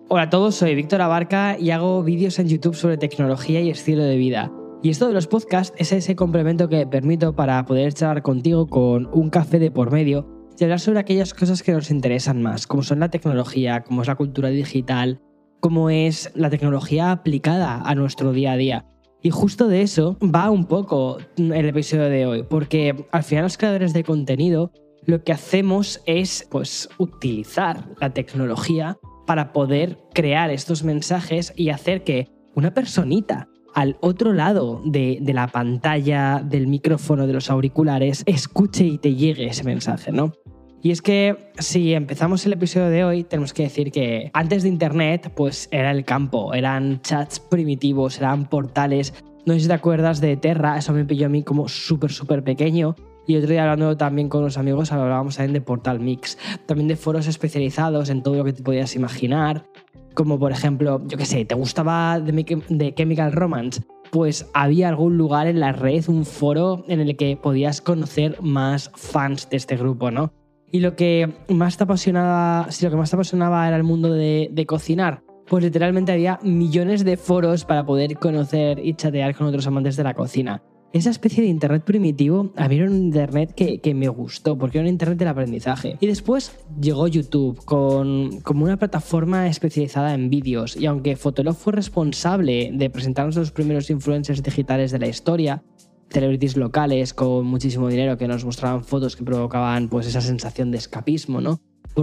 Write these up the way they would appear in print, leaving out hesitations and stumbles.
Hola a todos, soy Víctor Abarca y hago vídeos en YouTube sobre tecnología y estilo de vida. Y esto de los podcasts es ese complemento que permito para poder charlar contigo con un café de por medio y hablar sobre aquellas cosas que nos interesan más, como son la tecnología, como es la cultura digital, como es la tecnología aplicada a nuestro día a día. Y justo de eso va un poco el episodio de hoy, porque al final los creadores de contenido lo que hacemos es utilizar la tecnología para poder crear estos mensajes y hacer que una personita al otro lado de la pantalla, del micrófono, de los auriculares, escuche y te llegue ese mensaje, ¿no? Y es que si empezamos el episodio de hoy, tenemos que decir que antes de Internet, pues era el campo, eran chats primitivos, eran portales. No sé si te acuerdas de Terra, eso me pilló a mí como súper pequeño. Y otro día hablando también con los amigos, hablábamos también de Portal Mix, también de foros especializados en todo lo que te podías imaginar, como por ejemplo, yo qué sé, ¿te gustaba The Chemical Romance? Pues había algún lugar en la red, un foro en el que podías conocer más fans de este grupo, ¿no? Y lo que más te apasionaba, era el mundo de cocinar, pues literalmente había millones de foros para poder conocer y chatear con otros amantes de la cocina. Esa especie de internet primitivo, a mí era un internet que me gustó, porque era un internet del aprendizaje. Y después llegó YouTube como una plataforma especializada en vídeos, y aunque Fotolog fue responsable de presentarnos a los primeros influencers digitales de la historia, celebrities locales con muchísimo dinero que nos mostraban fotos que provocaban pues esa sensación de escapismo, ¿no?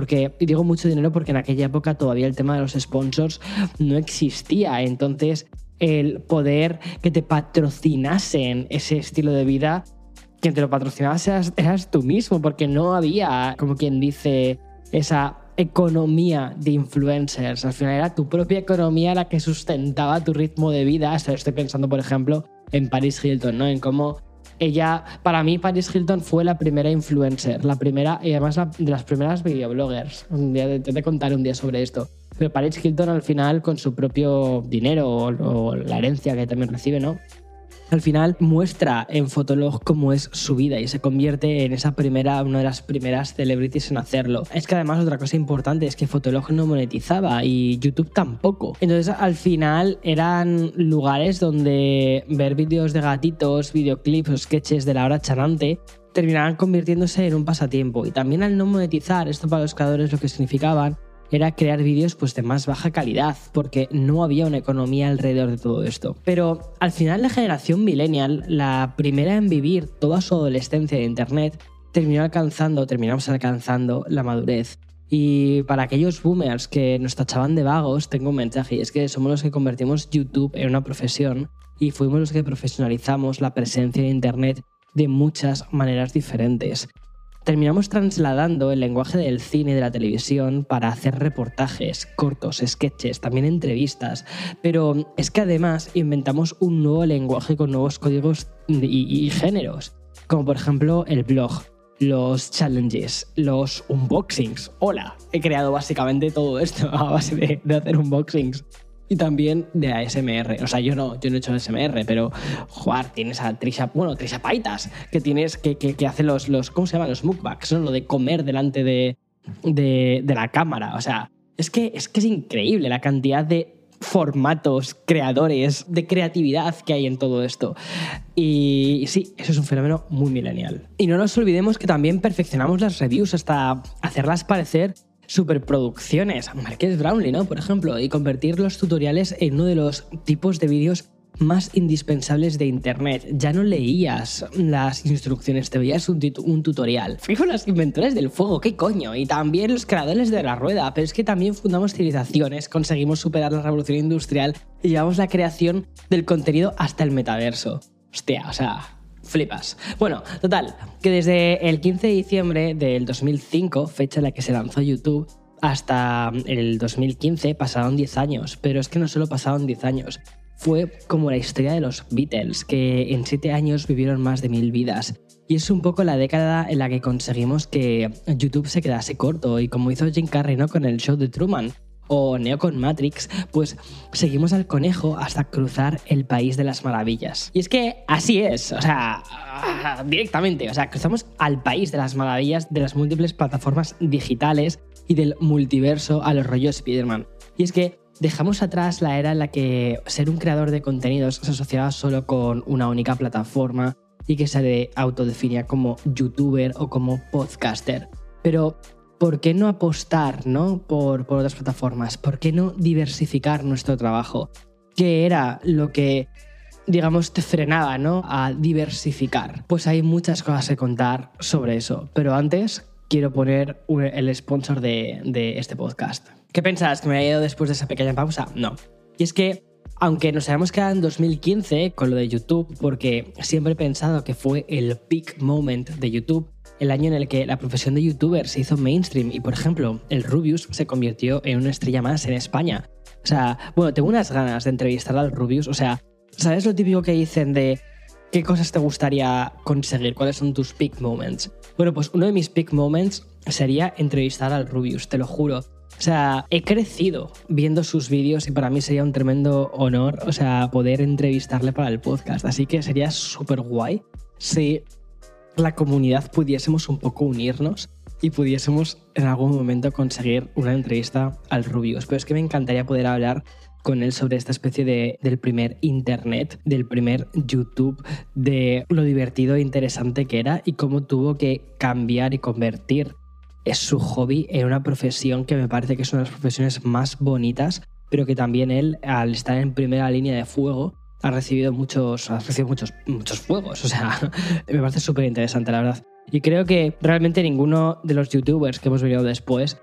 Y digo mucho dinero porque en aquella época todavía el tema de los sponsors no existía, entonces el poder que te patrocinasen ese estilo de vida, quien te lo patrocinaba eras tú mismo, porque no había, como quien dice, esa economía de influencers. Al final era tu propia economía la que sustentaba tu ritmo de vida. Estoy pensando, por ejemplo, en Paris Hilton, ¿no? En cómo ella, para mí Paris Hilton fue la primera influencer, la primera y además de las primeras videobloggers. Te contaré un día sobre esto. Pero Paris Hilton al final, con su propio dinero o la herencia que también recibe, ¿no? Al final muestra en Fotolog cómo es su vida y se convierte en una de las primeras celebrities en hacerlo. Es que además otra cosa importante es que Fotolog no monetizaba y YouTube tampoco. Entonces al final eran lugares donde ver vídeos de gatitos, videoclips o sketches de la hora charante terminaban convirtiéndose en un pasatiempo. Y también al no monetizar, esto para los creadores lo que significaban era crear vídeos de más baja calidad, porque no había una economía alrededor de todo esto. Pero al final la generación millennial, la primera en vivir toda su adolescencia de Internet, terminamos alcanzando la madurez. Y para aquellos boomers que nos tachaban de vagos, tengo un mensaje, y es que somos los que convertimos YouTube en una profesión y fuimos los que profesionalizamos la presencia de Internet de muchas maneras diferentes. Terminamos trasladando el lenguaje del cine y de la televisión para hacer reportajes, cortos, sketches, también entrevistas. Pero es que además inventamos un nuevo lenguaje con nuevos códigos y géneros, como por ejemplo el blog, los challenges, los unboxings. Hola, he creado básicamente todo esto a base de hacer unboxings. Y también de ASMR. O sea, yo no he hecho ASMR, pero tienes a Trisha Paytas, que hace los ¿cómo se llaman? Los mukbangs, ¿no? Lo de comer delante de la cámara. O sea, es que es increíble la cantidad de formatos, creadores, de creatividad que hay en todo esto. Y sí, eso es un fenómeno muy millennial. Y no nos olvidemos que también perfeccionamos las reviews hasta hacerlas parecer superproducciones, Marques Brownlee, ¿no? Por ejemplo, y convertir los tutoriales en uno de los tipos de vídeos más indispensables de Internet. Ya no leías las instrucciones, te veías un tutorial. Fijo, los inventores del fuego, ¿qué coño? Y también los creadores de la rueda, pero es que también fundamos civilizaciones, conseguimos superar la revolución industrial y llevamos la creación del contenido hasta el metaverso. Hostia, o sea, flipas. Bueno, total, que desde el 15 de diciembre del 2005, fecha en la que se lanzó YouTube, hasta el 2015 pasaron 10 años, pero es que no solo pasaron 10 años, fue como la historia de los Beatles, que en 7 años vivieron más de 1000 vidas. Y es un poco la década en la que conseguimos que YouTube se quedase corto, y como hizo Jim Carrey, ¿no?, con el show de Truman, o Neo con Matrix, pues seguimos al conejo hasta cruzar el país de las maravillas. Y es que así es, o sea, directamente, o sea, cruzamos al país de las maravillas de las múltiples plataformas digitales y del multiverso a los rollos Spider-Man. Y es que dejamos atrás la era en la que ser un creador de contenidos se asociaba solo con una única plataforma y que se autodefinía como youtuber o como podcaster. Pero ¿por qué no apostar, ¿no? por otras plataformas? ¿Por qué no diversificar nuestro trabajo? ¿Qué era lo que, digamos, te frenaba, ¿no? a diversificar? Pues hay muchas cosas que contar sobre eso. Pero antes quiero poner el sponsor de este podcast. ¿Qué pensás? ¿Que me había ido después de esa pequeña pausa? No. Y es que, aunque nos hayamos quedado en 2015 con lo de YouTube, porque siempre he pensado que fue el peak moment de YouTube, el año en el que la profesión de youtuber se hizo mainstream y, por ejemplo, el Rubius se convirtió en una estrella más en España. O sea, bueno, tengo unas ganas de entrevistar al Rubius. O sea, ¿sabes lo típico que dicen de qué cosas te gustaría conseguir? ¿Cuáles son tus peak moments? Bueno, pues uno de mis peak moments sería entrevistar al Rubius, te lo juro. O sea, he crecido viendo sus vídeos y para mí sería un tremendo honor, o sea, poder entrevistarle para el podcast. Así que sería súper guay si la comunidad pudiésemos un poco unirnos y pudiésemos en algún momento conseguir una entrevista al Rubius. Pero es que me encantaría poder hablar con él sobre esta especie del primer internet, del primer YouTube, de lo divertido e interesante que era y cómo tuvo que cambiar y convertir su hobby en una profesión que me parece que es una de las profesiones más bonitas, pero que también él, al estar en primera línea de fuego, ha recibido muchos fuegos. O sea, me parece súper interesante, la verdad. Y creo que realmente ninguno de los youtubers que hemos venido después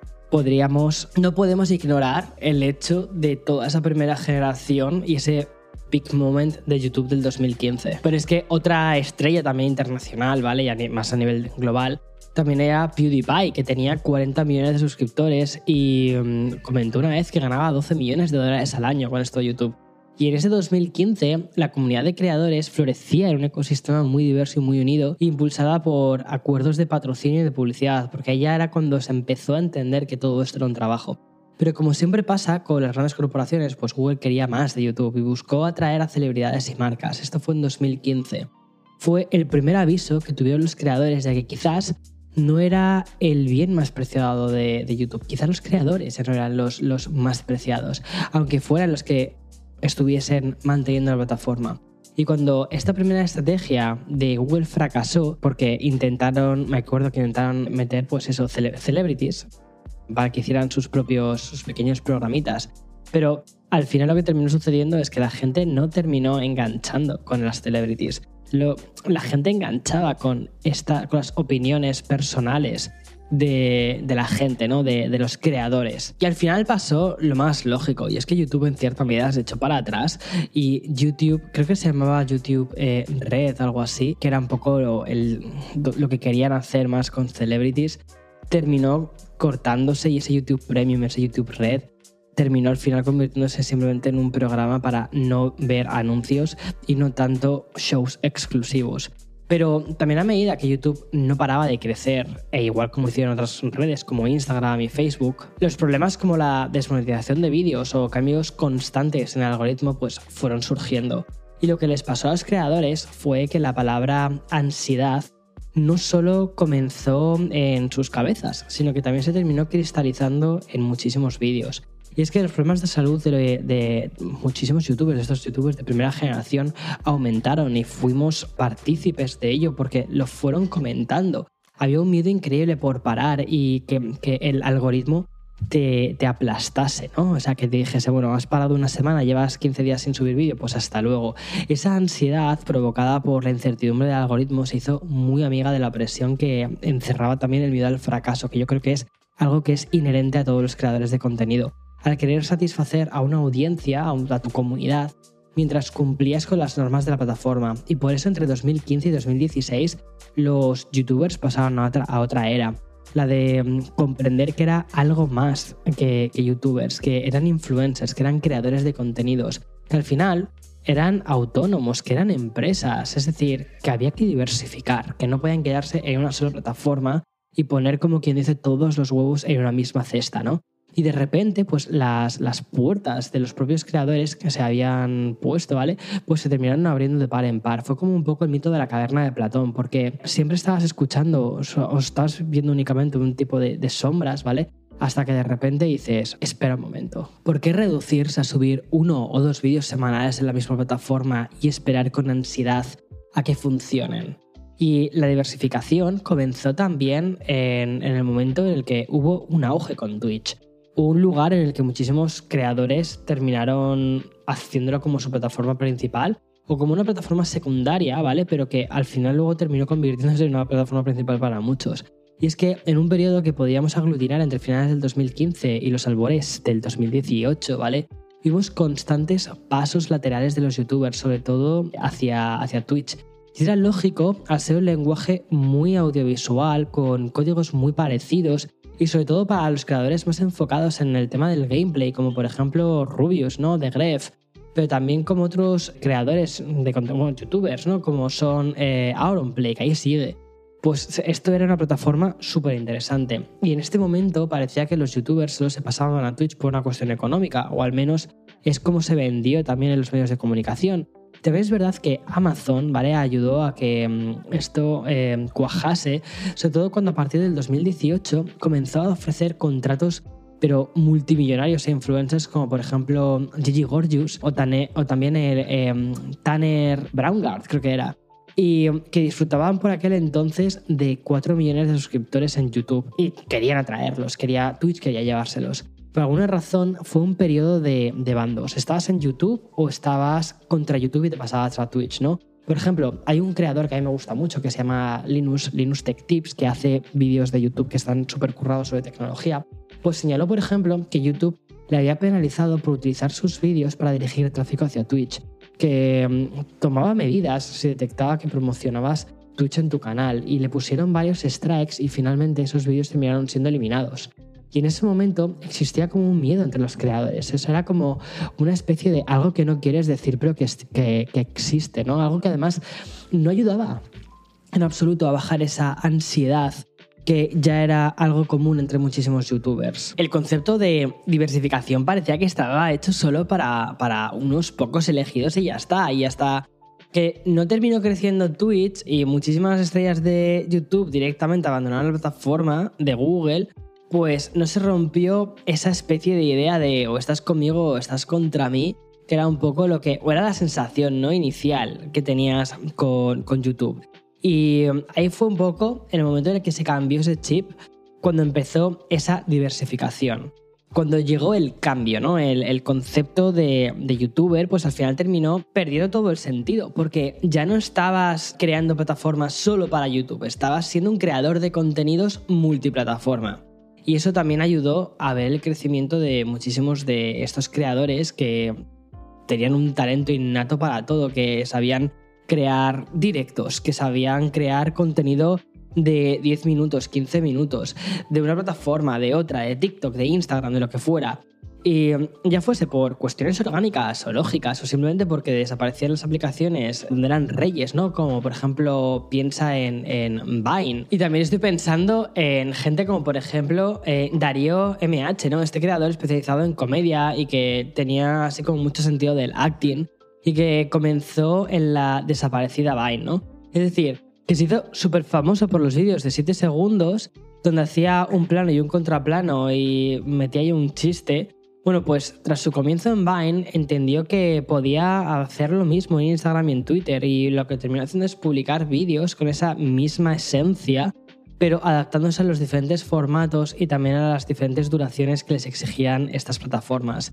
no podemos ignorar el hecho de toda esa primera generación y ese peak moment de YouTube del 2015. Pero es que otra estrella también internacional, ¿vale? Y más a nivel global, también era PewDiePie, que tenía 40 millones de suscriptores y comentó una vez que ganaba $12 millones al año con esto de YouTube. Y en ese 2015, la comunidad de creadores florecía en un ecosistema muy diverso y muy unido, impulsada por acuerdos de patrocinio y de publicidad, porque allá era cuando se empezó a entender que todo esto era un trabajo. Pero como siempre pasa con las grandes corporaciones, pues Google quería más de YouTube y buscó atraer a celebridades y marcas. Esto fue en 2015. Fue el primer aviso que tuvieron los creadores de que quizás no era el bien más preciado de YouTube. Quizás los creadores eran los más preciados, aunque fueran los que estuviesen manteniendo la plataforma. Y cuando esta primera estrategia de Google fracasó, porque me acuerdo que intentaron meter pues eso, celebrities para que hicieran sus pequeños programitas, pero al final lo que terminó sucediendo es que la gente no terminó enganchando con las celebrities. La gente enganchaba con las opiniones personales de la gente, ¿no? De los creadores. Y al final pasó lo más lógico, y es que YouTube en cierta medida se echó para atrás y YouTube, creo que se llamaba YouTube Red, algo así, que era un poco lo que querían hacer más con celebrities, terminó cortándose y ese YouTube Premium, ese YouTube Red, terminó al final convirtiéndose simplemente en un programa para no ver anuncios y no tanto shows exclusivos. Pero también a medida que YouTube no paraba de crecer, e igual como hicieron otras redes como Instagram y Facebook, los problemas como la desmonetización de vídeos o cambios constantes en el algoritmo pues fueron surgiendo. Y lo que les pasó a los creadores fue que la palabra ansiedad no solo comenzó en sus cabezas, sino que también se terminó cristalizando en muchísimos vídeos. Y es que los problemas de salud de muchísimos youtubers, de estos youtubers de primera generación, aumentaron y fuimos partícipes de ello porque lo fueron comentando. Había un miedo increíble por parar y que el algoritmo te aplastase, ¿no? O sea, que te dijese, bueno, has parado una semana, llevas 15 días sin subir vídeo, pues hasta luego. Esa ansiedad provocada por la incertidumbre del algoritmo se hizo muy amiga de la presión que encerraba también el miedo al fracaso, que yo creo que es algo que es inherente a todos los creadores de contenido. Al querer satisfacer a una audiencia, a tu comunidad, mientras cumplías con las normas de la plataforma. Y por eso entre 2015 y 2016 los youtubers pasaron a otra era. La de comprender que era algo más que youtubers, que eran influencers, que eran creadores de contenidos, que al final eran autónomos, que eran empresas. Es decir, que había que diversificar, que no podían quedarse en una sola plataforma y poner, como quien dice, todos los huevos en una misma cesta, ¿no? Y de repente, pues las puertas de los propios creadores que se habían puesto, ¿vale? Pues se terminaron abriendo de par en par. Fue como un poco el mito de la caverna de Platón, porque siempre estabas escuchando o estabas viendo únicamente un tipo de sombras, ¿vale? hasta que de repente dices, espera un momento, ¿por qué reducirse a subir 1 o 2 vídeos semanales en la misma plataforma y esperar con ansiedad a que funcionen? Y la diversificación comenzó también en el momento en el que hubo un auge con Twitch. Un lugar en el que muchísimos creadores terminaron haciéndolo como su plataforma principal o como una plataforma secundaria, ¿vale? Pero que al final luego terminó convirtiéndose en una plataforma principal para muchos. Y es que en un periodo que podíamos aglutinar entre finales del 2015 y los albores del 2018, ¿vale? Vimos constantes pasos laterales de los youtubers, sobre todo hacia Twitch. Y era lógico al ser un lenguaje muy audiovisual, con códigos muy parecidos, y sobre todo para los creadores más enfocados en el tema del gameplay, como por ejemplo Rubius, ¿no? De Gref, pero también como otros creadores de contenido, youtubers, ¿no? Como son Auronplay, que ahí sigue. Pues esto era una plataforma súper interesante. Y en este momento parecía que los youtubers solo se pasaban a Twitch por una cuestión económica, o al menos es como se vendió también en los medios de comunicación. También es verdad que Amazon, ¿vale?, ayudó a que esto cuajase, sobre todo cuando a partir del 2018 comenzó a ofrecer contratos pero multimillonarios e influencers como por ejemplo Gigi Gorgeous o también el Tanner Braungart, creo que era, y que disfrutaban por aquel entonces de 4 millones de suscriptores en YouTube y querían atraerlos, Twitch quería llevárselos. Por alguna razón fue un periodo de bandos. ¿Estabas en YouTube o estabas contra YouTube y te pasabas a Twitch, no? Por ejemplo, hay un creador que a mí me gusta mucho que se llama Linus Tech Tips, que hace vídeos de YouTube que están súper currados sobre tecnología. Pues señaló, por ejemplo, que YouTube le había penalizado por utilizar sus vídeos para dirigir tráfico hacia Twitch, que tomaba medidas si detectaba que promocionabas Twitch en tu canal, y le pusieron varios strikes y finalmente esos vídeos terminaron siendo eliminados. Y en ese momento existía como un miedo entre los creadores. Eso era como una especie de algo que no quieres decir, pero que existe, ¿no? Algo que además no ayudaba en absoluto a bajar esa ansiedad que ya era algo común entre muchísimos youtubers. El concepto de diversificación parecía que estaba hecho solo para unos pocos elegidos y ya está. Y hasta que no terminó creciendo Twitch y muchísimas estrellas de YouTube directamente abandonaron la plataforma de Google, pues no se rompió esa especie de idea de o estás conmigo o estás contra mí, que era un poco lo que, o era la sensación, ¿no?, inicial que tenías con YouTube. Y ahí fue un poco en el momento en el que se cambió ese chip, cuando empezó esa diversificación. Cuando llegó el cambio, ¿no? El concepto de youtuber, pues al final terminó perdiendo todo el sentido, porque ya no estabas creando plataformas solo para YouTube, estabas siendo un creador de contenidos multiplataforma. Y eso también ayudó a ver el crecimiento de muchísimos de estos creadores que tenían un talento innato para todo, que sabían crear directos, que sabían crear contenido de 10 minutos, 15 minutos, de una plataforma, de otra, de TikTok, de Instagram, de lo que fuera. Y ya fuese por cuestiones orgánicas o lógicas, o simplemente porque desaparecían las aplicaciones donde eran reyes, ¿no? Como por ejemplo, piensa en Vine. Y también estoy pensando en gente como por ejemplo Darío MH, ¿no? Este creador especializado en comedia y que tenía así como mucho sentido del acting y que comenzó en la desaparecida Vine, ¿no? Es decir, que se hizo súper famoso por los vídeos de 7 segundos donde hacía un plano y un contraplano y metía ahí un chiste. Bueno, pues tras su comienzo en Vine entendió que podía hacer lo mismo en Instagram y en Twitter, y lo que terminó haciendo es publicar vídeos con esa misma esencia, pero adaptándose a los diferentes formatos y también a las diferentes duraciones que les exigían estas plataformas.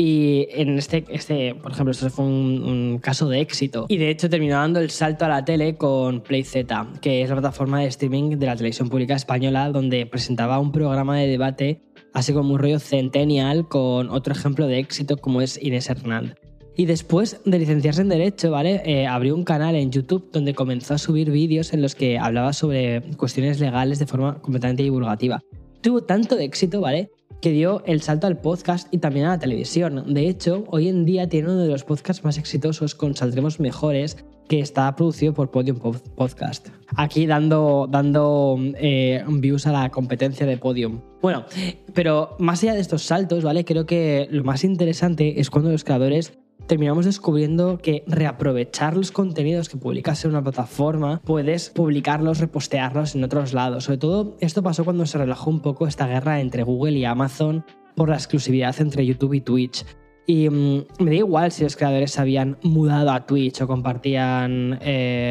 Y en este por ejemplo, esto fue un caso de éxito. Y de hecho terminó dando el salto a la tele con PlayZ, que es la plataforma de streaming de la televisión pública española, donde presentaba un programa de debate así como un rollo centennial con otro ejemplo de éxito como es Inés Hernán. Y después de licenciarse en Derecho, ¿vale? Abrió un canal en YouTube donde comenzó a subir vídeos en los que hablaba sobre cuestiones legales de forma completamente divulgativa. Tuvo tanto éxito, ¿vale?, que dio el salto al podcast y también a la televisión. De hecho, hoy en día tiene uno de los podcasts más exitosos con Saldremos Mejores, que está producido por Podium Podcast. Aquí dando views a la competencia de Podium. Bueno, pero más allá de estos saltos, ¿vale?, creo que lo más interesante es cuando los creadores terminamos descubriendo que reaprovechar los contenidos que publicas en una plataforma, puedes publicarlos, repostearlos en otros lados. Sobre todo esto pasó cuando se relajó un poco esta guerra entre Google y Amazon por la exclusividad entre YouTube y Twitch. Y me da igual si los creadores se habían mudado a Twitch o compartían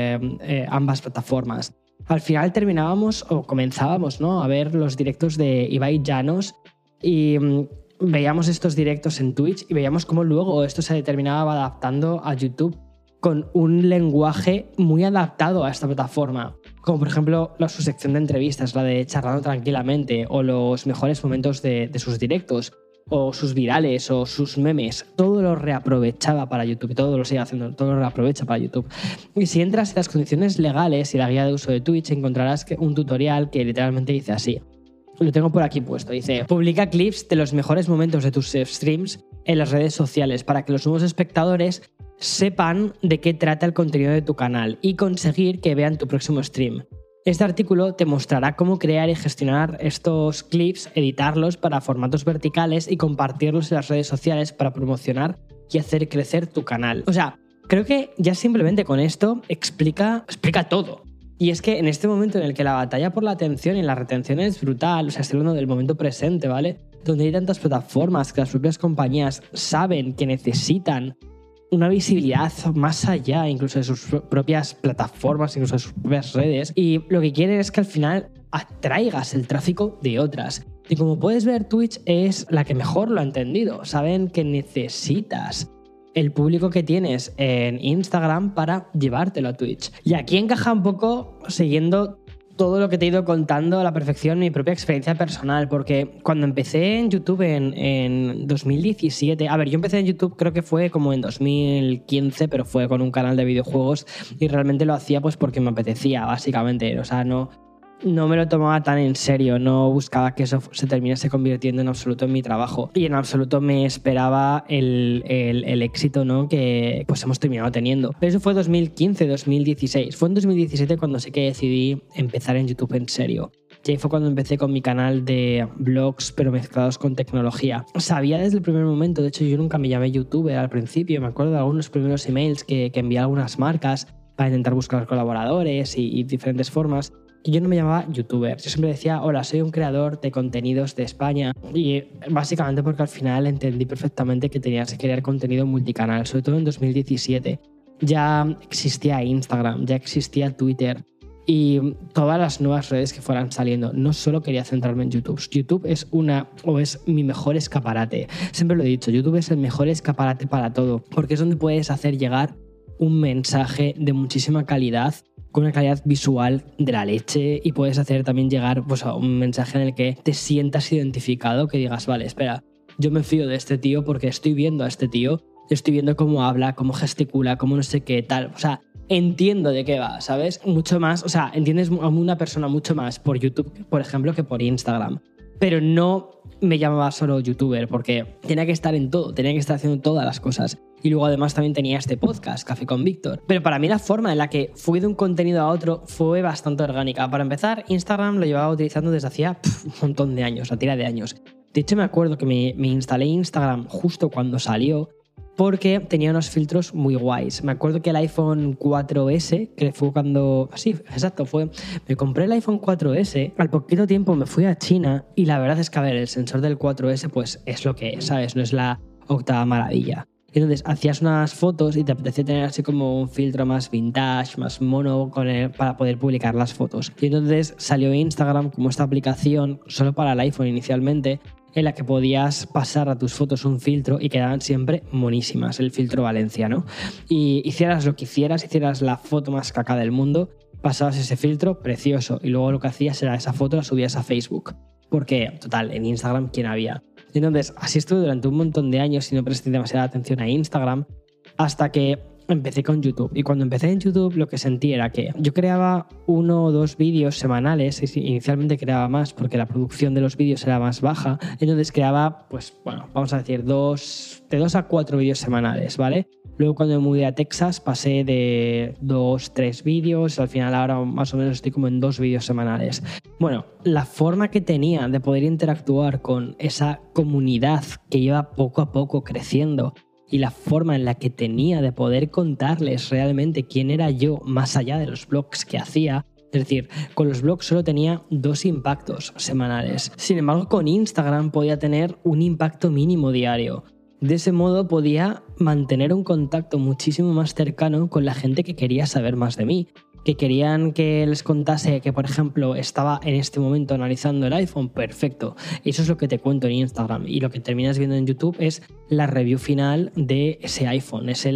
ambas plataformas. Al final terminábamos o comenzábamos, ¿no?, a ver los directos de Ibai Llanos y veíamos estos directos en Twitch y veíamos cómo luego esto se terminaba adaptando a YouTube con un lenguaje muy adaptado a esta plataforma, como por ejemplo su sección de entrevistas, la de Charlando Tranquilamente, o los mejores momentos de sus directos, o sus virales, o sus memes. Todo lo reaprovechaba para YouTube, todo lo sigue haciendo, todo lo reaprovecha para YouTube. Y si entras en las condiciones legales y la guía de uso de Twitch, encontrarás un tutorial que literalmente dice así. Lo tengo por aquí puesto. Dice: publica clips de los mejores momentos de tus streams en las redes sociales para que los nuevos espectadores sepan de qué trata el contenido de tu canal y conseguir que vean tu próximo stream. Este artículo te mostrará cómo crear y gestionar estos clips, editarlos para formatos verticales y compartirlos en las redes sociales para promocionar y hacer crecer tu canal. O sea, creo que ya simplemente con esto explica todo. Y es que en este momento en el que la batalla por la atención y la retención es brutal, o sea, estoy hablando del momento presente, ¿vale?, donde hay tantas plataformas que las propias compañías saben que necesitan una visibilidad más allá incluso de sus propias plataformas, incluso de sus propias redes, y lo que quieren es que al final atraigas el tráfico de otras. Y como puedes ver, Twitch es la que mejor lo ha entendido. Saben que necesitas el público que tienes en Instagram para llevártelo a Twitch. Y aquí encaja un poco, siguiendo todo lo que te he ido contando a la perfección, mi propia experiencia personal, porque cuando empecé en YouTube en 2017, a ver, yo empecé en YouTube creo que fue como en 2015, pero fue con un canal de videojuegos y realmente lo hacía pues porque me apetecía, básicamente, o sea, no me lo tomaba tan en serio, no buscaba que eso se terminase convirtiendo en absoluto en mi trabajo y en absoluto me esperaba el éxito, ¿no?, que pues hemos terminado teniendo. Pero eso fue 2015, 2016. Fue en 2017 cuando sí que decidí empezar en YouTube en serio. Y ahí fue cuando empecé con mi canal de vlogs, pero mezclados con tecnología. Sabía desde el primer momento, de hecho yo nunca me llamé youtuber al principio, me acuerdo de algunos primeros emails que envié a algunas marcas para intentar buscar colaboradores y diferentes formas. Y yo no me llamaba youtuber, yo siempre decía: hola, soy un creador de contenidos de España, y básicamente porque al final entendí perfectamente que tenías que crear contenido multicanal, sobre todo en 2017. Ya existía Instagram, ya existía Twitter y todas las nuevas redes que fueran saliendo. No solo quería centrarme en YouTube. YouTube es mi mejor escaparate. Siempre lo he dicho, YouTube es el mejor escaparate para todo, porque es donde puedes hacer llegar un mensaje de muchísima calidad, con una calidad visual de la leche, y puedes hacer también llegar pues, a un mensaje en el que te sientas identificado, que digas: vale, espera, yo me fío de este tío porque estoy viendo a este tío, estoy viendo cómo habla, cómo gesticula, cómo no sé qué tal, o sea, entiendo de qué va, ¿sabes? Mucho más, o sea, entiendes a una persona mucho más por YouTube, por ejemplo, que por Instagram. Pero no me llamaba solo youtuber porque tenía que estar en todo, tenía que estar haciendo todas las cosas. Y luego además también tenía este podcast, Café con Víctor. Pero para mí la forma en la que fui de un contenido a otro fue bastante orgánica. Para empezar, Instagram lo llevaba utilizando desde hacía un montón de años, la tira de años. De hecho, me acuerdo que me instalé Instagram justo cuando salió, porque tenía unos filtros muy guays. Me acuerdo que el iPhone 4S, que fue cuando... Sí, exacto, me compré el iPhone 4S, al poquito tiempo me fui a China y la verdad es que, a ver, el sensor del 4S pues es lo que es, ¿sabes? No es la octava maravilla. Entonces hacías unas fotos y te apetecía tener así como un filtro más vintage, más mono para poder publicar las fotos. Y entonces salió Instagram como esta aplicación solo para el iPhone inicialmente, en la que podías pasar a tus fotos un filtro y quedaban siempre monísimas, el filtro Valencia, ¿no? Y hicieras lo que hicieras la foto más caca del mundo, pasabas ese filtro, precioso, y luego lo que hacías era esa foto la subías a Facebook, porque, total, en Instagram, ¿quién había? Entonces, así estuve durante un montón de años y no presté demasiada atención a Instagram, hasta que empecé con YouTube. Y cuando empecé en YouTube lo que sentí era que yo creaba 1 o 2 vídeos semanales. Inicialmente creaba más porque la producción de los vídeos era más baja. Entonces creaba, pues bueno, vamos a decir de 2 a 4 vídeos semanales, ¿vale? Luego cuando me mudé a Texas pasé de 2, 3 vídeos. Al final ahora más o menos estoy como en 2 vídeos semanales. Bueno, la forma que tenía de poder interactuar con esa comunidad que iba poco a poco creciendo y la forma en la que tenía de poder contarles realmente quién era yo más allá de los blogs que hacía. Es decir, con los blogs solo tenía 2 impactos semanales. Sin embargo, con Instagram podía tener un impacto mínimo diario. De ese modo podía mantener un contacto muchísimo más cercano con la gente que quería saber más de mí, que querían que les contase que, por ejemplo, estaba en este momento analizando el iPhone. Perfecto. Eso es lo que te cuento en Instagram, y lo que terminas viendo en YouTube es la review final de ese iPhone. Es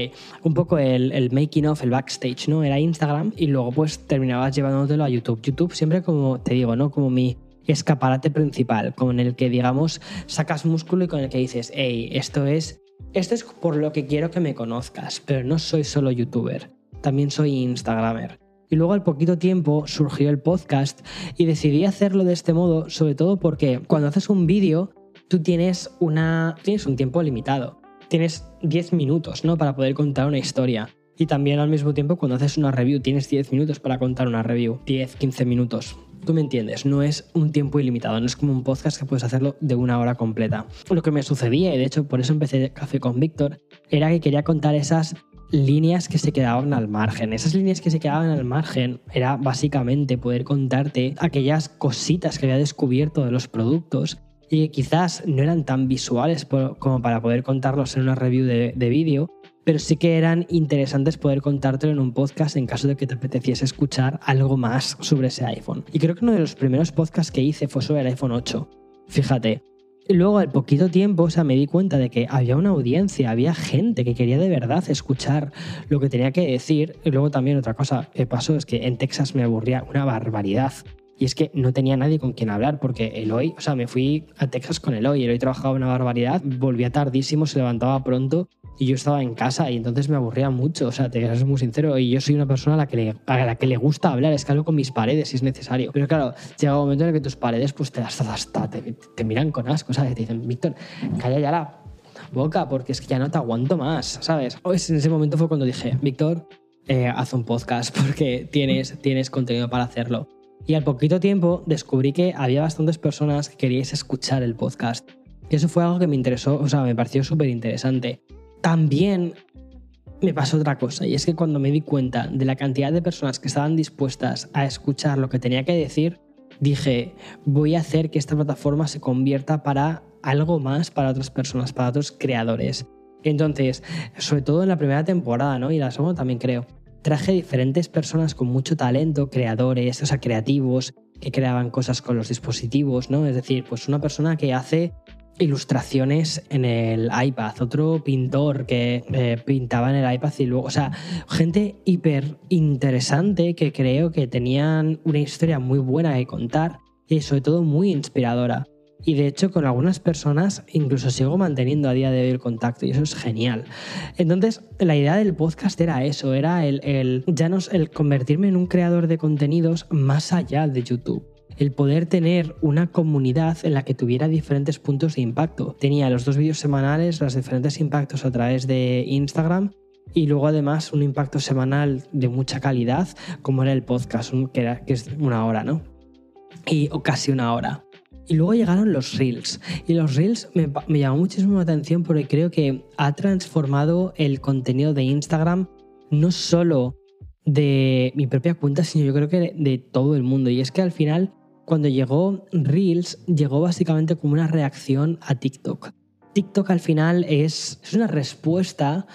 un poco el making of, el backstage, ¿no? Era Instagram, y luego pues terminabas llevándotelo a YouTube. YouTube siempre, como te digo, ¿no? Como mi escaparate principal, con el que, digamos, sacas músculo y con el que dices, hey, esto es por lo que quiero que me conozcas, pero no soy solo youtuber, también soy instagramer. Y luego al poquito tiempo surgió el podcast y decidí hacerlo de este modo, sobre todo porque cuando haces un vídeo tú tienes un tiempo limitado, tienes 10 minutos, ¿no?, para poder contar una historia. Y también al mismo tiempo cuando haces una review tienes 10 minutos para contar una review, 10, 15 minutos. Tú me entiendes, no es un tiempo ilimitado, no es como un podcast que puedes hacerlo de 1 hora completa. Lo que me sucedía, y de hecho por eso empecé Café con Víctor, era que quería contar esas líneas que se quedaban al margen. Esas líneas que se quedaban al margen era básicamente poder contarte aquellas cositas que había descubierto de los productos y que quizás no eran tan visuales como para poder contarlos en una review de vídeo, pero sí que eran interesantes poder contártelo en un podcast en caso de que te apeteciese escuchar algo más sobre ese iPhone. Y creo que uno de los primeros podcasts que hice fue sobre el iPhone 8. Fíjate. Y luego al poquito tiempo, me di cuenta de que había una audiencia, había gente que quería de verdad escuchar lo que tenía que decir. Y luego también otra cosa que pasó es que en Texas me aburría una barbaridad. Y es que no tenía nadie con quien hablar, porque Eloy, me fui a Texas con Eloy trabajaba una barbaridad, volvía tardísimo, se levantaba pronto y yo estaba en casa y entonces me aburría mucho, te voy a ser muy sincero, y yo soy una persona a la que le gusta hablar, es que hablo con mis paredes si es necesario, pero claro, llega un momento en el que tus paredes pues te miran con asco, ¿sabes? Te dicen, Víctor, calla ya la boca porque es que ya no te aguanto más, ¿sabes? Pues en ese momento fue cuando dije, Víctor, haz un podcast porque tienes contenido para hacerlo. Y al poquito tiempo descubrí que había bastantes personas que queríais escuchar el podcast. Y eso fue algo que me interesó, me pareció súper interesante. También me pasó otra cosa, y es que cuando me di cuenta de la cantidad de personas que estaban dispuestas a escuchar lo que tenía que decir, dije, voy a hacer que esta plataforma se convierta para algo más para otras personas, para otros creadores. Entonces, sobre todo en la primera temporada, ¿no?, y la segunda también creo, traje diferentes personas con mucho talento, creadores, creativos, que creaban cosas con los dispositivos, ¿no? Es decir, pues una persona que hace ilustraciones en el iPad, otro pintor que pintaba en el iPad y luego, gente hiper interesante que creo que tenían una historia muy buena que contar y sobre todo muy inspiradora. Y de hecho con algunas personas incluso sigo manteniendo a día de hoy el contacto y eso es genial. Entonces la idea del podcast era eso, era el convertirme en un creador de contenidos más allá de YouTube. El poder tener una comunidad en la que tuviera diferentes puntos de impacto. Tenía los 2 vídeos semanales, los diferentes impactos a través de Instagram y luego además un impacto semanal de mucha calidad como era el podcast, que es 1 hora, ¿no? O casi 1 hora. Y luego llegaron los Reels. Y los Reels me llamó muchísimo la atención porque creo que ha transformado el contenido de Instagram no solo de mi propia cuenta, sino yo creo que de todo el mundo. Y es que al final, cuando llegó Reels, llegó básicamente como una reacción a TikTok. TikTok al final es una respuesta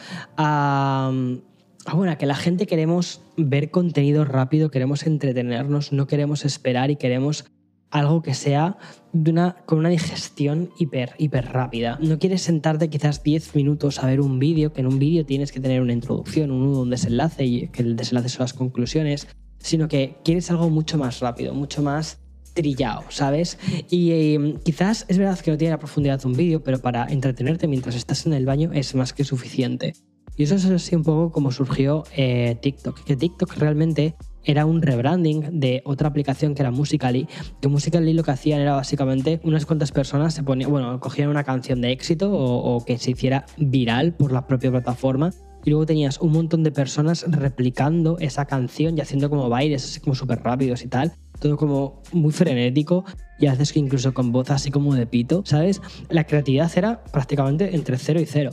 a que la gente queremos ver contenido rápido, queremos entretenernos, no queremos esperar y queremos algo que sea con una digestión hiper rápida. No quieres sentarte quizás 10 minutos a ver un vídeo, que en un vídeo tienes que tener una introducción, un desenlace y que el desenlace son las conclusiones, sino que quieres algo mucho más rápido, mucho más trillado, ¿sabes? Y quizás es verdad que no tiene la profundidad de un vídeo, pero para entretenerte mientras estás en el baño es más que suficiente. Y eso es así un poco como surgió TikTok, que TikTok realmente era un rebranding de otra aplicación que era Musical.ly, que Musical.ly lo que hacían era básicamente unas cuantas personas cogían una canción de éxito o que se hiciera viral por la propia plataforma y luego tenías un montón de personas replicando esa canción y haciendo como bailes así como súper rápidos y tal, todo como muy frenético y a veces que incluso con voz así como de pito, ¿sabes? La creatividad era prácticamente entre 0 y 0.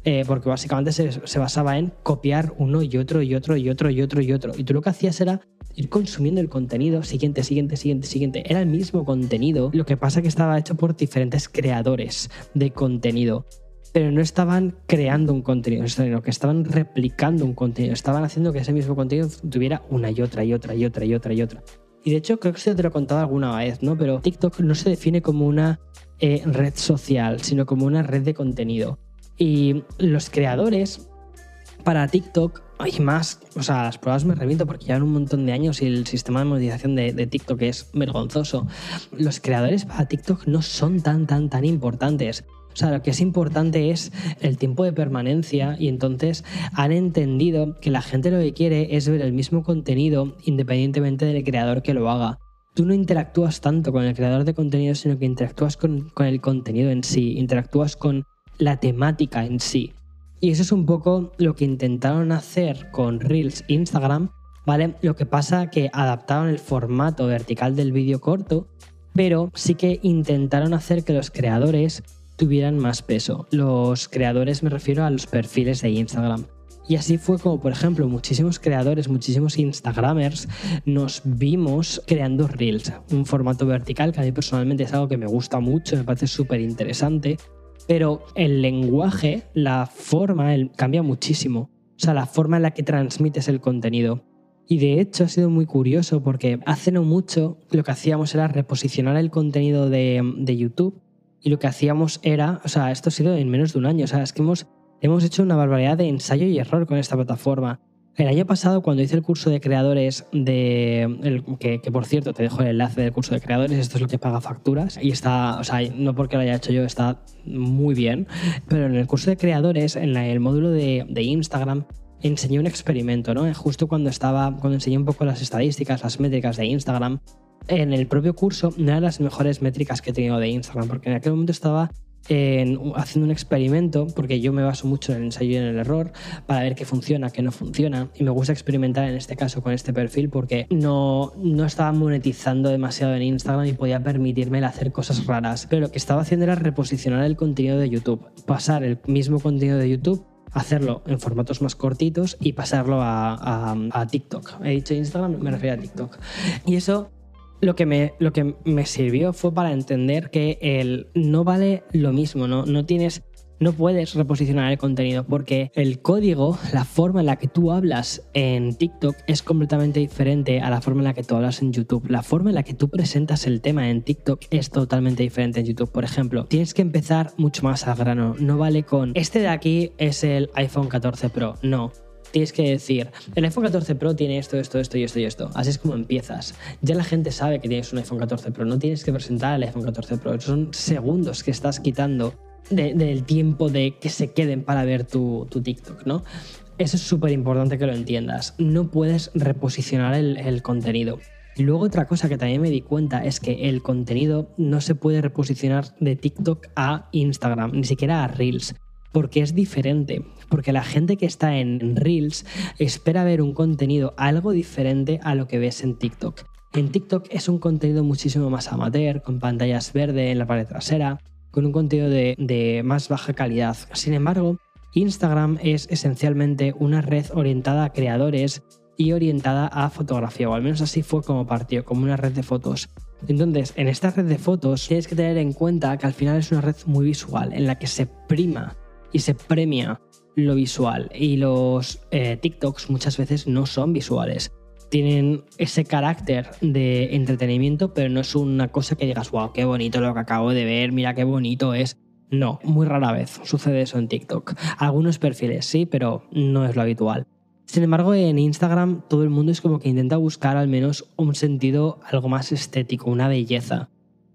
porque básicamente se basaba en copiar uno y otro y otro y otro y otro y otro. Y tú lo que hacías era ir consumiendo el contenido, siguiente. Era el mismo contenido, lo que pasa que estaba hecho por diferentes creadores de contenido. Pero no estaban creando un contenido, sino que estaban replicando un contenido, estaban haciendo que ese mismo contenido tuviera una y otra y otra y otra y otra y otra. Y de hecho, creo que esto te lo he contado alguna vez, ¿no? Pero TikTok no se define como una red social, sino como una red de contenido. Y los creadores para TikTok, y más, o sea, las pruebas me remito porque llevan un montón de años y el sistema de monetización de TikTok es vergonzoso. Los creadores para TikTok no son tan importantes. O sea, lo que es importante es el tiempo de permanencia, y entonces han entendido que la gente lo que quiere es ver el mismo contenido independientemente del creador que lo haga. Tú no interactúas tanto con el creador de contenido, sino que interactúas con el contenido en sí, interactúas con la temática en sí. Y eso es un poco lo que intentaron hacer con Reels Instagram, ¿vale? Lo que pasa que adaptaron el formato vertical del vídeo corto, pero sí que intentaron hacer que los creadores tuvieran más peso. Los creadores me refiero a los perfiles de Instagram. Y así fue como, por ejemplo, muchísimos creadores, muchísimos Instagramers nos vimos creando Reels, un formato vertical que a mí personalmente es algo que me gusta mucho, me parece súper interesante, pero el lenguaje, la forma, cambia muchísimo. O sea, la forma en la que transmites el contenido. Y de hecho ha sido muy curioso porque hace no mucho lo que hacíamos era reposicionar el contenido de YouTube, y lo que hacíamos era, o sea, esto ha sido en menos de un año, o sea, es que hemos hecho una barbaridad de ensayo y error con esta plataforma. El año pasado, cuando hice el curso de creadores que por cierto te dejo el enlace del curso de creadores, esto es lo que paga facturas y está, o sea, no porque lo haya hecho yo, está muy bien, pero en el curso de creadores, en el módulo de Instagram, enseñé un experimento, ¿no? Justo cuando enseñé un poco las estadísticas, las métricas de Instagram. En el propio curso no eran las mejores métricas que he tenido de Instagram, porque en aquel momento estaba haciendo un experimento, porque yo me baso mucho en el ensayo y en el error para ver qué funciona, qué no funciona, y me gusta experimentar en este caso con este perfil porque no estaba monetizando demasiado en Instagram y podía permitirme el hacer cosas raras, pero lo que estaba haciendo era reposicionar el contenido de YouTube, pasar el mismo contenido de YouTube, hacerlo en formatos más cortitos y pasarlo a TikTok. He dicho Instagram, me refiero a TikTok. Y eso lo que me sirvió fue para entender que no vale lo mismo, no puedes reposicionar el contenido porque el código, la forma en la que tú hablas en TikTok es completamente diferente a la forma en la que tú hablas en YouTube. La forma en la que tú presentas el tema en TikTok es totalmente diferente en YouTube. Por ejemplo, tienes que empezar mucho más al grano. No vale con este de aquí es el iPhone 14 Pro. No. Tienes que decir, el iPhone 14 Pro tiene esto y esto. Así es como empiezas. Ya la gente sabe que tienes un iPhone 14 Pro. No tienes que presentar el iPhone 14 Pro. Esos son segundos que estás quitando del tiempo de que se queden para ver tu TikTok, ¿no? Eso es súper importante que lo entiendas. No puedes reposicionar el contenido. Y luego otra cosa que también me di cuenta es que el contenido no se puede reposicionar de TikTok a Instagram, ni siquiera a Reels. Porque es diferente, porque la gente que está en Reels espera ver un contenido algo diferente a lo que ves en TikTok. En TikTok es un contenido muchísimo más amateur, con pantallas verdes en la pared trasera, con un contenido de más baja calidad. Sin embargo, Instagram es esencialmente una red orientada a creadores y orientada a fotografía, o al menos así fue como partió, como una red de fotos. Entonces, en esta red de fotos tienes que tener en cuenta que al final es una red muy visual, en la que se prima y se premia lo visual, y los TikToks muchas veces no son visuales. Tienen ese carácter de entretenimiento, pero no es una cosa que digas, wow, qué bonito lo que acabo de ver, mira qué bonito es. No, muy rara vez sucede eso en TikTok. Algunos perfiles sí, pero no es lo habitual. Sin embargo, en Instagram todo el mundo es como que intenta buscar al menos un sentido algo más estético, una belleza.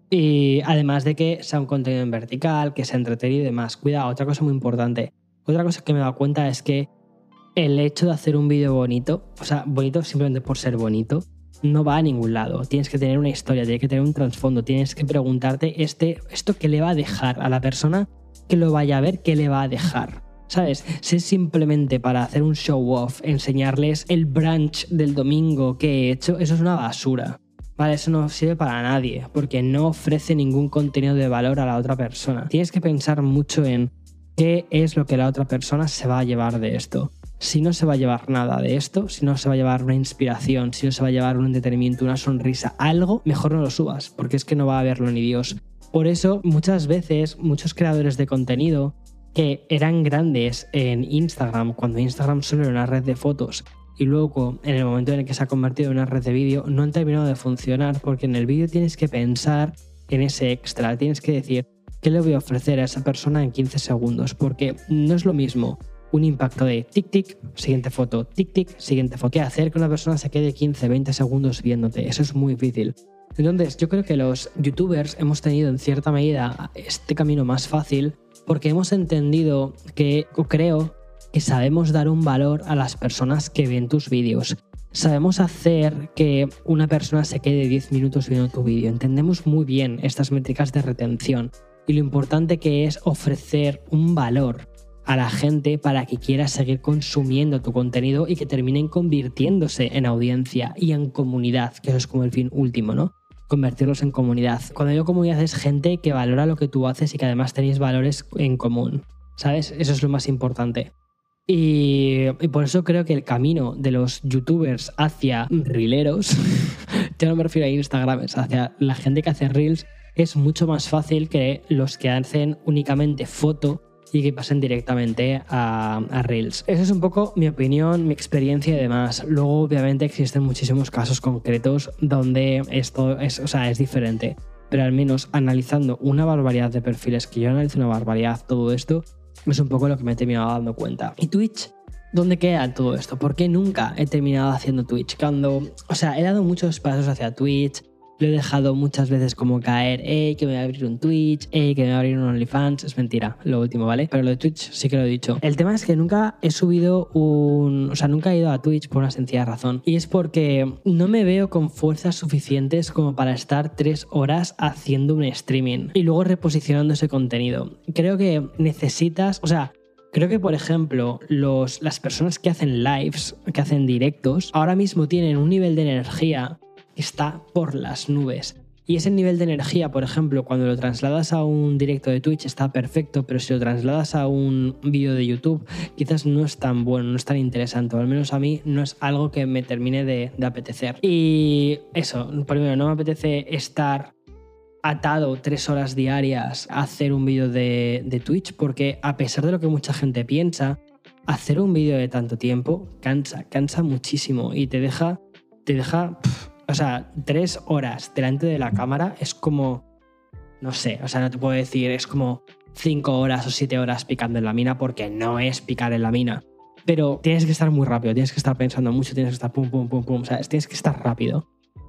Y además de que sea un contenido en vertical, que sea entretenido y demás. Cuidado, otra cosa muy importante. Otra cosa que me he dado cuenta es que el hecho de hacer un vídeo bonito, o sea, bonito simplemente por ser bonito, no va a ningún lado. Tienes que tener una historia, tienes que tener un trasfondo, tienes que preguntarte esto qué le va a dejar a la persona que lo vaya a ver, qué le va a dejar. ¿Sabes? Si es simplemente para hacer un show off, enseñarles el brunch del domingo que he hecho, eso es una basura. Vale, eso no sirve para nadie, porque no ofrece ningún contenido de valor a la otra persona. Tienes que pensar mucho en qué es lo que la otra persona se va a llevar de esto. Si no se va a llevar nada de esto, si no se va a llevar una inspiración, si no se va a llevar un entretenimiento, una sonrisa, algo, mejor no lo subas, porque es que no va a verlo ni Dios. Por eso, muchas veces, muchos creadores de contenido que eran grandes en Instagram, cuando Instagram solo era una red de fotos, y luego, en el momento en el que se ha convertido en una red de vídeo, no han terminado de funcionar, porque en el vídeo tienes que pensar en ese extra, tienes que decir, ¿qué le voy a ofrecer a esa persona en 15 segundos? Porque no es lo mismo un impacto de tic-tic, siguiente foto, tic-tic, siguiente foto, que hacer que una persona se quede 15, 20 segundos viéndote. Eso es muy difícil. Entonces, yo creo que los youtubers hemos tenido en cierta medida este camino más fácil porque hemos entendido o creo que sabemos dar un valor a las personas que ven tus vídeos. Sabemos hacer que una persona se quede 10 minutos viendo tu vídeo. Entendemos muy bien estas métricas de retención y lo importante que es ofrecer un valor a la gente para que quiera seguir consumiendo tu contenido y que terminen convirtiéndose en audiencia y en comunidad, que eso es como el fin último, ¿no? Convertirlos en comunidad. Cuando digo comunidad es gente que valora lo que tú haces y que además tenéis valores en común, ¿sabes? Eso es lo más importante. Y por eso creo que el camino de los youtubers hacia reeleros, yo no me refiero a Instagram, es hacia la gente que hace reels, es mucho más fácil que los que hacen únicamente foto y que pasen directamente a Reels. Esa es un poco mi opinión, mi experiencia y demás. Luego, obviamente, existen muchísimos casos concretos donde esto es diferente. Pero al menos analizando una barbaridad de perfiles, que yo analizo una barbaridad, todo esto, es un poco lo que me he terminado dando cuenta. ¿Y Twitch? ¿Dónde queda todo esto? ¿Por qué nunca he terminado haciendo Twitch? He dado muchos pasos hacia Twitch, lo he dejado muchas veces como caer, que me voy a abrir un Twitch, que me voy a abrir un OnlyFans. Es mentira, lo último, ¿vale? Pero lo de Twitch sí que lo he dicho. El tema es que nunca he nunca he ido a Twitch por una sencilla razón. Y es porque no me veo con fuerzas suficientes como para estar 3 horas haciendo un streaming y luego reposicionando ese contenido. Creo que necesitas, creo que, por ejemplo, las personas que hacen lives, que hacen directos, ahora mismo tienen un nivel de energía que está por las nubes. Y ese nivel de energía, por ejemplo, cuando lo trasladas a un directo de Twitch está perfecto, pero si lo trasladas a un vídeo de YouTube, quizás no es tan bueno, no es tan interesante, o al menos a mí no es algo que me termine de apetecer. Y eso, primero, no me apetece estar atado 3 horas diarias a hacer un vídeo de Twitch, porque a pesar de lo que mucha gente piensa, hacer un vídeo de tanto tiempo cansa muchísimo y te deja 3 horas delante de la cámara es como, no sé, no te puedo decir, es como 5 horas o 7 horas picando en la mina, porque no es picar en la mina. Pero tienes que estar muy rápido, tienes que estar pensando mucho, tienes que estar pum, pum, pum, pum, ¿sabes? Tienes que estar rápido.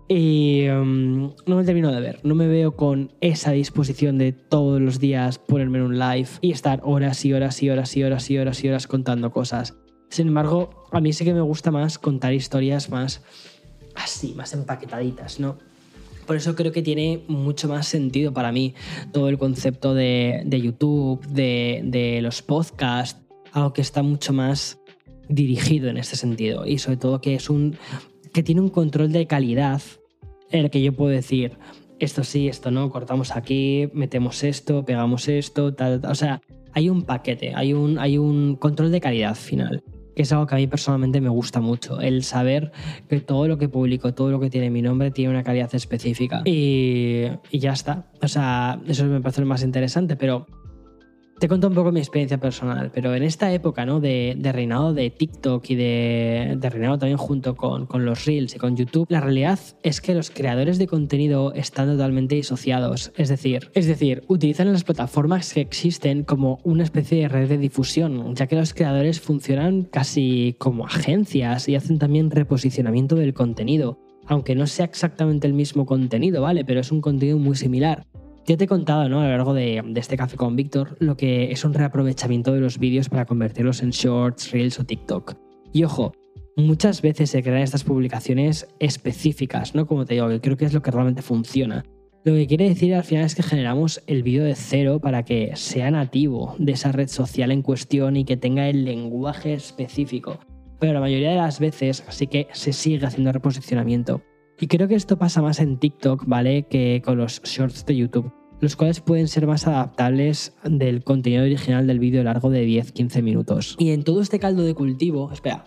Y no me termino de ver, no me veo con esa disposición de todos los días ponerme en un live y estar horas y horas y horas y horas y horas y horas contando cosas. Sin embargo, a mí sí que me gusta más contar historias más así, más empaquetaditas, ¿no? Por eso creo que tiene mucho más sentido para mí todo el concepto de YouTube, de los podcasts, algo que está mucho más dirigido en este sentido y sobre todo que tiene un control de calidad en el que yo puedo decir esto sí, esto no, cortamos aquí, metemos esto, pegamos esto, tal. Hay un paquete, hay un control de calidad final, que es algo que a mí personalmente me gusta mucho, el saber que todo lo que publico, todo lo que tiene mi nombre tiene una calidad específica y ya está. Eso me parece lo más interesante, pero te cuento un poco mi experiencia personal, pero en esta época, ¿no? de reinado de TikTok y de reinado también junto con los Reels y con YouTube, la realidad es que los creadores de contenido están totalmente disociados. Es decir, utilizan las plataformas que existen como una especie de red de difusión, ya que los creadores funcionan casi como agencias y hacen también reposicionamiento del contenido, aunque no sea exactamente el mismo contenido, ¿vale? Pero es un contenido muy similar. Ya te he contado, ¿no? A lo largo de este café con Víctor lo que es un reaprovechamiento de los vídeos para convertirlos en shorts, reels o TikTok. Y ojo, muchas veces se crean estas publicaciones específicas, ¿no? Como te digo, que creo que es lo que realmente funciona. Lo que quiere decir al final es que generamos el vídeo de cero para que sea nativo de esa red social en cuestión y que tenga el lenguaje específico. Pero la mayoría de las veces sí que se sigue haciendo reposicionamiento. Y creo que esto pasa más en TikTok, ¿vale? Que con los shorts de YouTube. los cuales pueden ser más adaptables del contenido original del vídeo largo de 10-15 minutos. Y en todo este caldo de cultivo... Espera.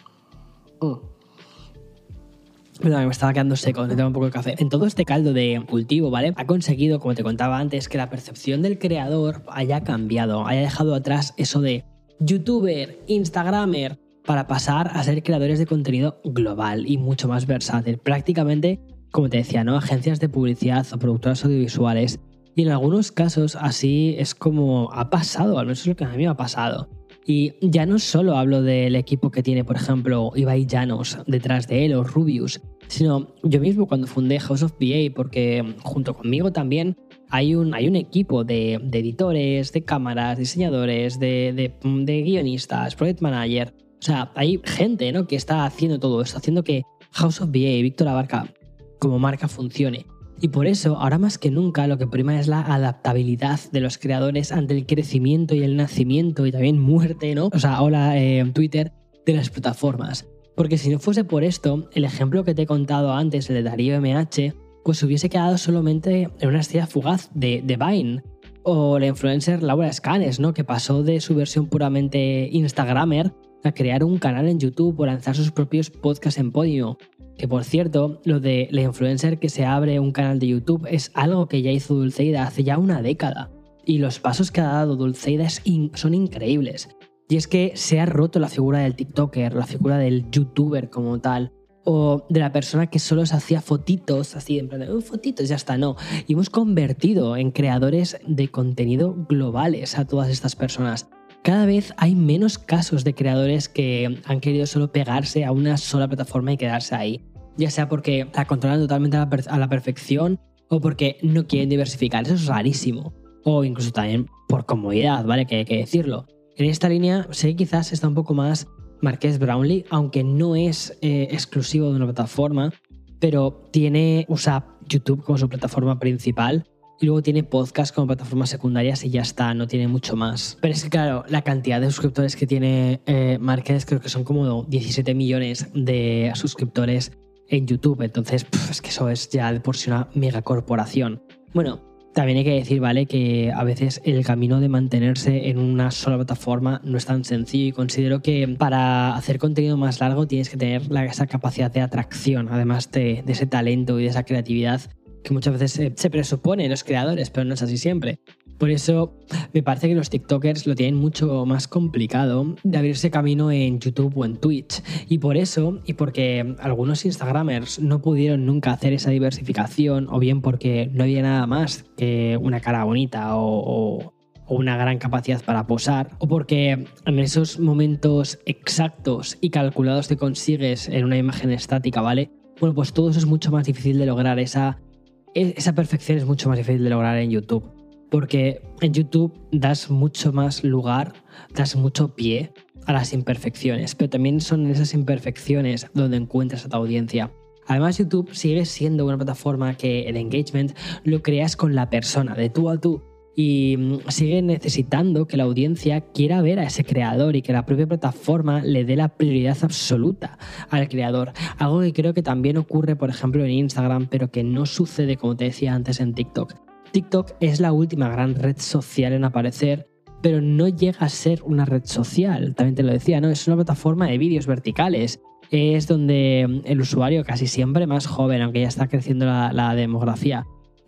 Perdón, me estaba quedando seco, necesitaba un poco de café. En todo este caldo de cultivo, ¿vale? Ha conseguido, como te contaba antes, que la percepción del creador haya cambiado, haya dejado atrás eso de youtuber, instagramer, para pasar a ser creadores de contenido global y mucho más versátil. Prácticamente, como te decía, ¿no? Agencias de publicidad o productoras audiovisuales. Y en algunos casos así es como ha pasado, al menos es lo que a mí me ha pasado. Y ya no solo hablo del equipo que tiene, por ejemplo, Ibai Llanos detrás de él o Rubius, sino yo mismo cuando fundé House of BA, porque junto conmigo también hay un equipo de editores, de cámaras, diseñadores, de guionistas, project manager. O sea, hay gente, ¿no?, que está haciendo todo esto, haciendo que House of BA, Víctor Abarca, como marca funcione. Y por eso, ahora más que nunca, lo que prima es la adaptabilidad de los creadores ante el crecimiento y el nacimiento y también muerte, ¿no? O sea, hola Twitter, de las plataformas. Porque si no fuese por esto, el ejemplo que te he contado antes, el de Darío MH, pues hubiese quedado solamente en una estrella fugaz de Vine. O la influencer Laura Escanes, ¿no?, que pasó de su versión puramente instagramer a crear un canal en YouTube o lanzar sus propios podcasts en Podimo. Que por cierto, lo de la influencer que se abre un canal de YouTube es algo que ya hizo Dulceida hace ya una década. Y los pasos que ha dado Dulceida son increíbles. Y es que se ha roto la figura del TikToker, la figura del YouTuber como tal, o de la persona que solo se hacía fotitos, así en plan, fotitos, ya está, no. Y hemos convertido en creadores de contenido globales a todas estas personas. Cada vez hay menos casos de creadores que han querido solo pegarse a una sola plataforma y quedarse ahí. Ya sea porque la controlan totalmente a la perfección o porque no quieren diversificar. Eso es rarísimo. O incluso también por comodidad, ¿vale? Que hay que decirlo. En esta línea sé que quizás está un poco más Marques Brownlee, aunque no es exclusivo de una plataforma, pero usa YouTube como su plataforma principal. Y luego tiene podcast como plataformas secundarias y ya está, no tiene mucho más. Pero es que claro, la cantidad de suscriptores que tiene Márquez creo que son como 17 millones de suscriptores en YouTube. Entonces, es que eso es ya de por sí una megacorporación. Bueno, también hay que decir, ¿vale?, que a veces el camino de mantenerse en una sola plataforma no es tan sencillo y considero que para hacer contenido más largo tienes que tener esa capacidad de atracción, además de ese talento y de esa creatividad que muchas veces se presupone en los creadores, pero no es así siempre. Por eso me parece que los TikTokers lo tienen mucho más complicado de abrirse camino en YouTube o en Twitch. Y por eso, y porque algunos Instagramers no pudieron nunca hacer esa diversificación, o bien porque no había nada más que una cara bonita o una gran capacidad para posar, o porque en esos momentos exactos y calculados que consigues en una imagen estática, ¿vale? Bueno, pues todo eso es mucho más difícil de lograr, esa perfección es mucho más difícil de lograr en YouTube, porque en YouTube das mucho más lugar, das mucho pie a las imperfecciones, pero también son en esas imperfecciones donde encuentras a tu audiencia. Además, YouTube sigue siendo una plataforma que el engagement lo creas con la persona, de tú a tú, y sigue necesitando que la audiencia quiera ver a ese creador y que la propia plataforma le dé la prioridad absoluta al creador. Algo que creo que también ocurre, por ejemplo, en Instagram, pero que no sucede, como te decía antes, en TikTok. TikTok es la última gran red social en aparecer, pero no llega a ser una red social. También te lo decía, ¿no? Es una plataforma de vídeos verticales. Es donde el usuario, casi siempre más joven, aunque ya está creciendo la demografía,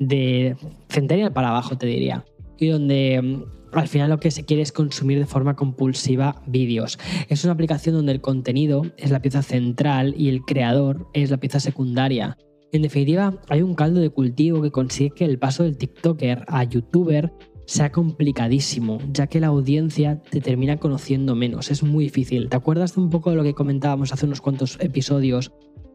de centennial para abajo, te diría, y donde al final lo que se quiere es consumir de forma compulsiva vídeos. Es una aplicación donde el contenido es la pieza central y el creador es la pieza secundaria. En definitiva, hay un caldo de cultivo que consigue que el paso del TikToker a YouTuber sea complicadísimo, ya que la audiencia te termina conociendo menos. Es muy difícil. ¿Te acuerdas de un poco de lo que comentábamos hace unos cuantos episodios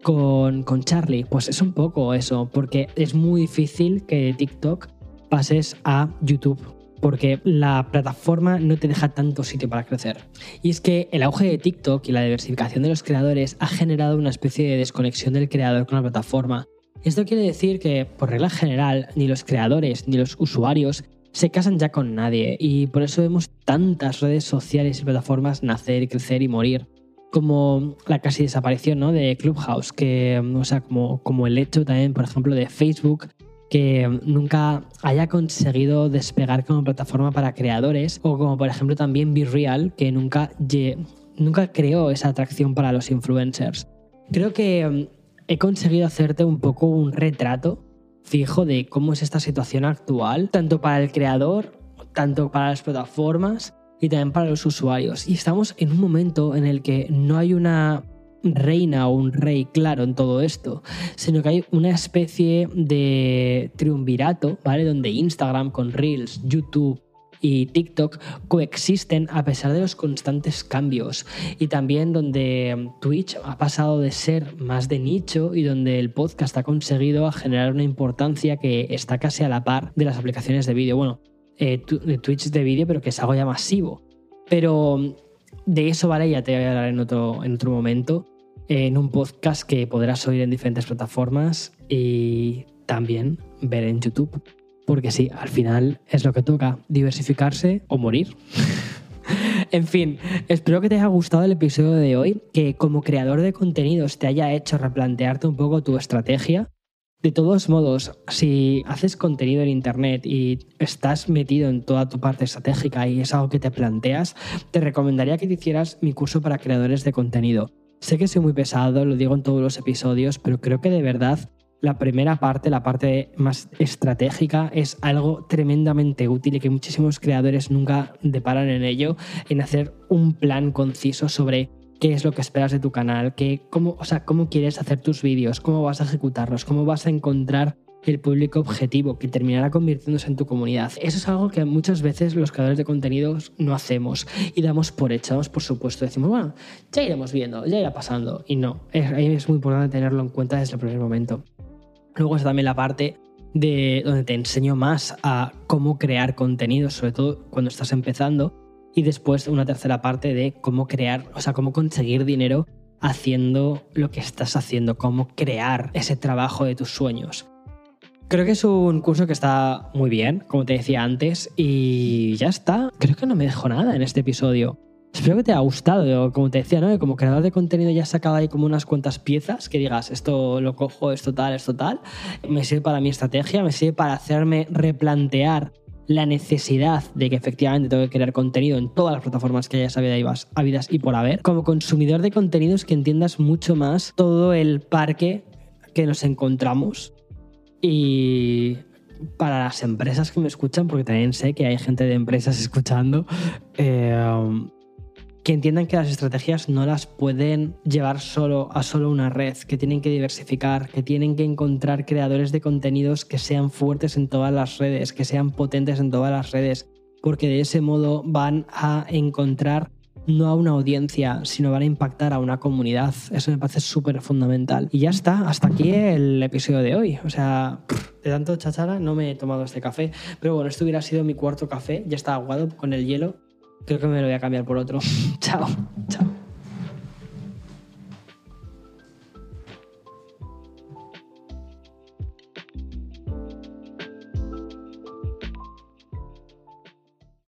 con Charlie? Pues es un poco eso, porque es muy difícil que de TikTok pases a YouTube, porque la plataforma no te deja tanto sitio para crecer. Y es que el auge de TikTok y la diversificación de los creadores ha generado una especie de desconexión del creador con la plataforma. Esto quiere decir que, por regla general, ni los creadores ni los usuarios se casan ya con nadie, y por eso vemos tantas redes sociales y plataformas nacer, crecer y morir, como la casi desaparición, ¿no?, de Clubhouse, que, o sea, como el hecho también, por ejemplo, de Facebook, que nunca haya conseguido despegar como plataforma para creadores, o como por ejemplo también BeReal, que nunca creó esa atracción para los influencers. Creo que he conseguido hacerte un poco un retrato fijo de cómo es esta situación actual, tanto para el creador, tanto para las plataformas y también para los usuarios. Y estamos en un momento en el que no hay una reina o un rey claro en todo esto, sino que hay una especie de triunvirato, ¿vale? Donde Instagram con Reels, YouTube y TikTok coexisten a pesar de los constantes cambios, y también donde Twitch ha pasado de ser más de nicho y donde el podcast ha conseguido generar una importancia que está casi a la par de las aplicaciones de vídeo. Bueno, Twitch de vídeo, pero que es algo ya masivo. Pero de eso, vale, ya te voy a hablar en otro momento, en un podcast que podrás oír en diferentes plataformas y también ver en YouTube. Porque sí, al final es lo que toca, diversificarse o morir. En fin, espero que te haya gustado el episodio de hoy, que como creador de contenidos te haya hecho replantearte un poco tu estrategia. De todos modos, si haces contenido en internet y estás metido en toda tu parte estratégica y es algo que te planteas, te recomendaría que te hicieras mi curso para creadores de contenido. Sé que soy muy pesado, lo digo en todos los episodios, pero creo que de verdad la primera parte, la parte más estratégica, es algo tremendamente útil y que muchísimos creadores nunca deparan en ello, en hacer un plan conciso sobre qué es lo que esperas de tu canal, cómo quieres hacer tus vídeos, cómo vas a ejecutarlos, cómo vas a encontrar el público objetivo que terminará convirtiéndose en tu comunidad. Eso es algo que muchas veces los creadores de contenidos no hacemos y damos por hecho, damos por supuesto. Decimos, bueno, ya iremos viendo, ya irá pasando. Y no, es muy importante tenerlo en cuenta desde el primer momento. Luego está también la parte de donde te enseño más a cómo crear contenido, sobre todo cuando estás empezando. Y después una tercera parte de cómo cómo conseguir dinero haciendo lo que estás haciendo, cómo crear ese trabajo de tus sueños. Creo que es un curso que está muy bien, como te decía antes, y ya está. Creo que no me dejo nada en este episodio. Espero que te haya gustado, como te decía, ¿no? Como creador de contenido ya has sacado ahí como unas cuantas piezas que digas, esto lo cojo, esto tal, me sirve para mi estrategia, me sirve para hacerme replantear la necesidad de que efectivamente tengo que crear contenido en todas las plataformas que hayas habidas y por haber. Como consumidor de contenidos, que entiendas mucho más todo el parque que nos encontramos. Y para las empresas que me escuchan, porque también sé que hay gente de empresas escuchando, que entiendan que las estrategias no las pueden llevar a solo una red, que tienen que diversificar, que tienen que encontrar creadores de contenidos que sean fuertes en todas las redes, que sean potentes en todas las redes, porque de ese modo van a encontrar no a una audiencia, sino van a impactar a una comunidad. Eso me parece súper fundamental. Y ya está, hasta aquí el episodio de hoy. O sea, de tanto chachara no me he tomado este café, pero bueno, este hubiera sido mi cuarto café, ya está aguado con el hielo. Creo que me lo voy a cambiar por otro. Chao.